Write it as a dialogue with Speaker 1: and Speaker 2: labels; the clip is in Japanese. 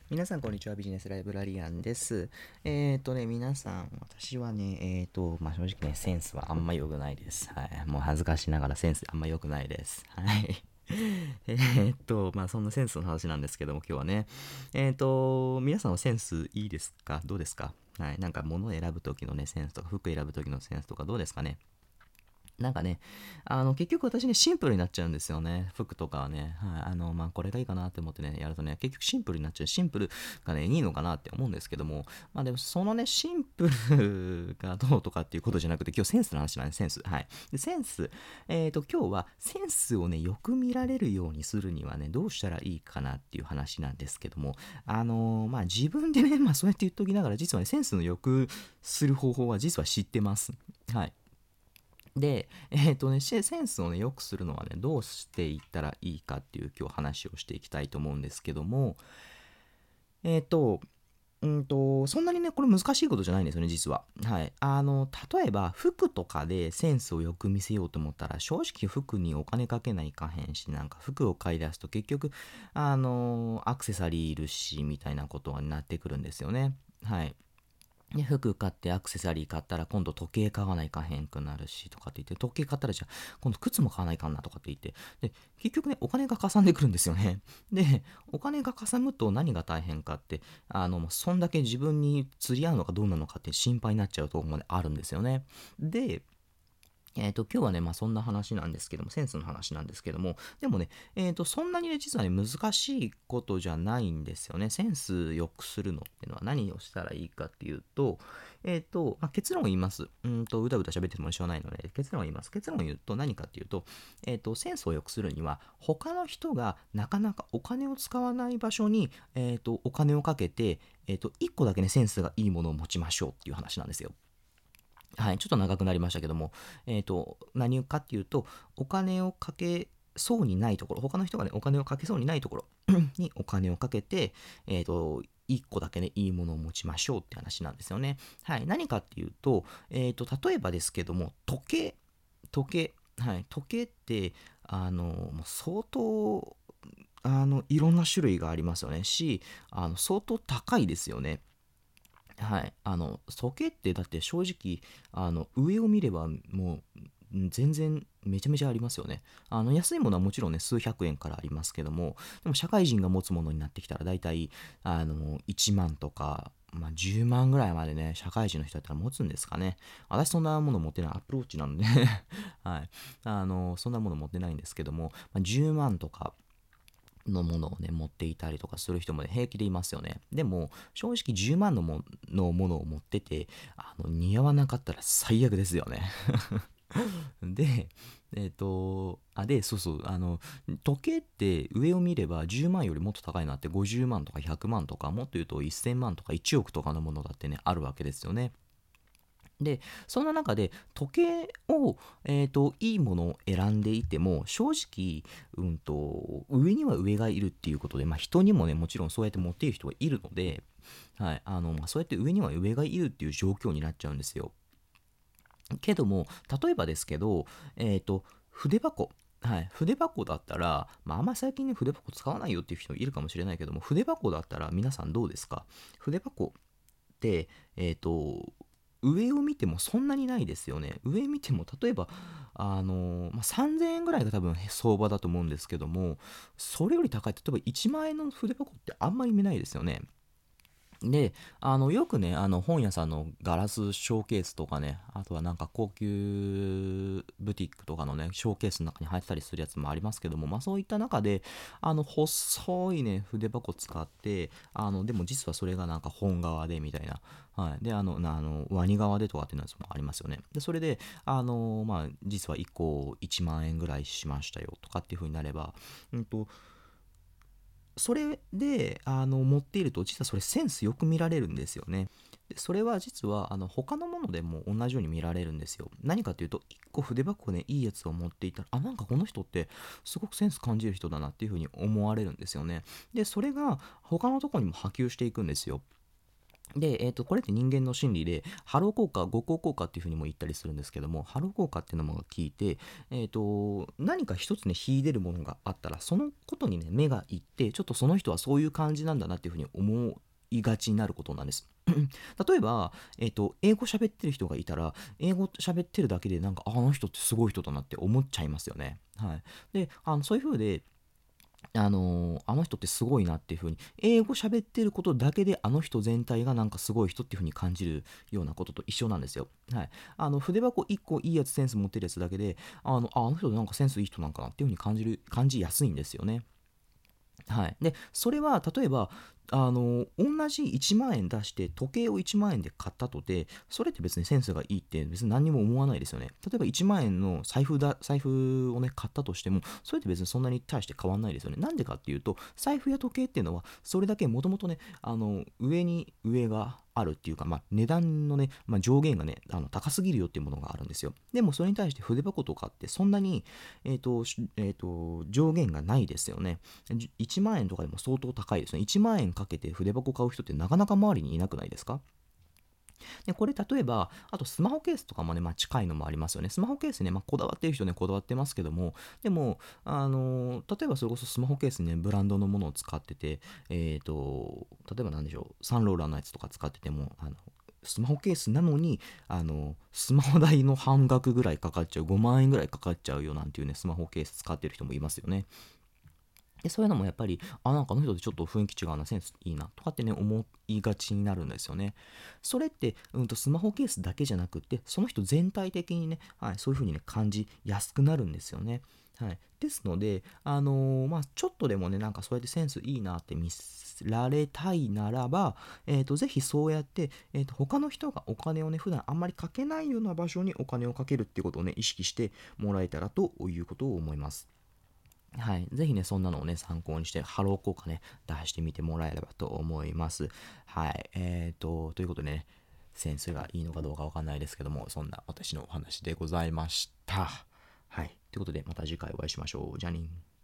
Speaker 1: 皆さん、こんにちは。ビジネスライブラリアンです。皆さん、私はね、正直ね、センスはあんま良くないです。はい。もう恥ずかしながらセンスあんま良くないです。はい。そんなセンスの話なんですけども、今日はね、皆さんはセンスいいですか？どうですか？はい。なんか物を選ぶ時のね、センスとか、服選ぶ時のセンスとかどうですかね？なんかね、結局私ね、シンプルになっちゃうんですよね。服とかはね。はい。これがいいかなって思ってね、やるとね、結局シンプルになっちゃう。シンプルがね、いいのかなって思うんですけども、でも、そのね、シンプルがどうとかっていうことじゃなくて、今日センスの話なんです、センス。はい。で、センス、今日はセンスをね、よく見られるようにするにはね、どうしたらいいかなっていう話なんですけども、自分でね、そうやって言っときながら、実はね、センスのよくする方法は実は知ってます。はい。で、センスをね、良くするのはね、どうしていったらいいかっていう今日話をしていきたいと思うんですけども、えっ、と、そんなにね、これ難しいことじゃないんですよね、実は。はい。例えば、服とかでセンスをよく見せようと思ったら、正直服にお金かけないかへんし、なんか服を買い出すと結局、アクセサリーいるし、みたいなことになってくるんですよね。はい。で、服買ってアクセサリー買ったら今度時計買わないかへんくなるしとかって言って、時計買ったらじゃあ今度靴も買わないかんなとかって言って、で、結局ね、お金がかさんでくるんですよね。で、お金がかさむと何が大変かって、そんだけ自分に釣り合うのかどうなのかって心配になっちゃうところまであるんですよね。で、今日はね、そんな話なんですけども、センスの話なんですけども、でもね、そんなにね、実はね、難しいことじゃないんですよね。センス良くするのっていうのは何をしたらいいかっていうと、結論を言います。うだうだ喋っててもしょうがないので、結論を言います。結論を言うと何かっていうと、センスを良くするには、他の人がなかなかお金を使わない場所に、お金をかけて、一個だけね、センスがいいものを持ちましょうっていう話なんですよ。はい、ちょっと長くなりましたけども、何かっていうと、お金をかけそうにないところ、他の人がね、お金をかけそうにないところにお金をかけて、1個だけね、いいものを持ちましょうって話なんですよね。はい、何かっていうと、例えばですけども、はい、時計って、もう相当、いろんな種類がありますよね。相当高いですよね。はい。時計ってだって正直、上を見ればもう、全然めちゃめちゃありますよね。安いものはもちろんね、数百円からありますけども、でも社会人が持つものになってきたら、だいたい、1万とか、10万ぐらいまでね、社会人の人だったら持つんですかね。私そんなもの持ってない、アプローチなんではい。そんなもの持ってないんですけども、10万とか、のものをね、持っていたりとかする人もね、平気でいますよね。でも、正直10万のものを持ってて、似合わなかったら最悪ですよね。で、そうそう、時計って上を見れば10万よりもっと高いなって50万とか100万とか、もっと言うと1000万とか1億とかのものだってね、あるわけですよね。で、そんな中で時計を、いいものを選んでいても、正直、上には上がいるっていうことで、人にもね、もちろんそうやって持っている人がいるので、はい、そうやって上には上がいるっていう状況になっちゃうんですよ。けども、例えばですけど、筆箱。はい、筆箱だったら、あんまり最近ね、筆箱使わないよっていう人いるかもしれないけども、筆箱だったら皆さんどうですか？筆箱って、上を見てもそんなにないですよね。上見ても、例えば、3000円ぐらいが多分相場だと思うんですけども、それより高い、例えば1万円の筆箱ってあんまり見ないですよね。で、よくね、本屋さんのガラスショーケースとかね、あとはなんか高級ブティックとかのね、ショーケースの中に入ってたりするやつもありますけども、そういった中で、細いね、筆箱使って、でも実はそれがなんか本革でみたいな、はい。で、ワニ革でとかっていうやつもありますよね。で、それで、実は1個1万円ぐらいしましたよとかっていう風になれば、それで持っていると実はそれセンスよく見られるんですよね。でそれは実は他のものでも同じように見られるんですよ。何かというと1個筆箱ねいいやつを持っていたらなんかこの人ってすごくセンス感じる人だなっていうふうに思われるんですよね。でそれが他のところにも波及していくんですよ。 で、これって人間の心理で、ハロー効果、五行効果っていうふうにも言ったりするんですけども、ハロー効果っていうのも聞いて、何か一つね、秀でるものがあったら、そのことにね、目がいって、ちょっとその人はそういう感じなんだなっていうふうに思いがちになることなんです。例えば、英語喋ってる人がいたら、英語喋ってるだけで、なんか、あの人ってすごい人だなって思っちゃいますよね。はい。で、そういうふうで、あの人ってすごいなっていう風に、英語喋ってることだけであの人全体がなんかすごい人っていう風に感じるようなことと一緒なんですよ。はい。筆箱1個いいやつセンス持ってるやつだけで、あの人なんかセンスいい人なんかなっていう風に感じやすいんですよね。はい。で、それは例えば、同じ1万円出して時計を1万円で買ったとて、それって別にセンスがいいって別に何にも思わないですよね。例えば1万円の財布をね、買ったとしても、それって別にそんなに対して変わんないですよね。なんでかっていうと、財布や時計っていうのは、それだけもともとね、上に上があるっていうか、まあ、値段のね、まあ、上限がね、高すぎるよっていうものがあるんですよ。でもそれに対して筆箱とかってそんなに、上限がないですよね。1万円とかでも相当高いですね。1万円かけて筆箱買う人ってなかなか周りにいなくないですか？で、これ例えば、あとスマホケースとかもね、まあ近いのもありますよね。スマホケースね、まあこだわってる人ね、こだわってますけども、でも、例えばそれこそスマホケースね、ブランドのものを使ってて、例えばなんでしょう、サンローランのやつとか使ってても、スマホケースなのに、スマホ代の半額ぐらいかかっちゃう、5万円ぐらいかかっちゃうよなんていうね、スマホケース使ってる人もいますよね。で、そういうのもやっぱり、なんかあの人ってちょっと雰囲気違うな、センスいいな、とかってね、思いがちになるんですよね。それって、スマホケースだけじゃなくって、その人全体的にね、はい、そういう風にね、感じやすくなるんですよね。はい。ですので、まあ、ちょっとでもね、なんかそうやってセンスいいなって見せられたいならば、ぜひそうやって、他の人がお金をね、普段あんまりかけないような場所にお金をかけるっていうことをね、意識してもらえたらということを思います。はい。ぜひね、そんなのをね、参考にして、ハロー効果ね、出してみてもらえればと思います。はい。ということでね、センスがいいのかどうかわかんないですけども、そんな私のお話でございました。はい。ということで、また次回お会いしましょう。じゃあねー。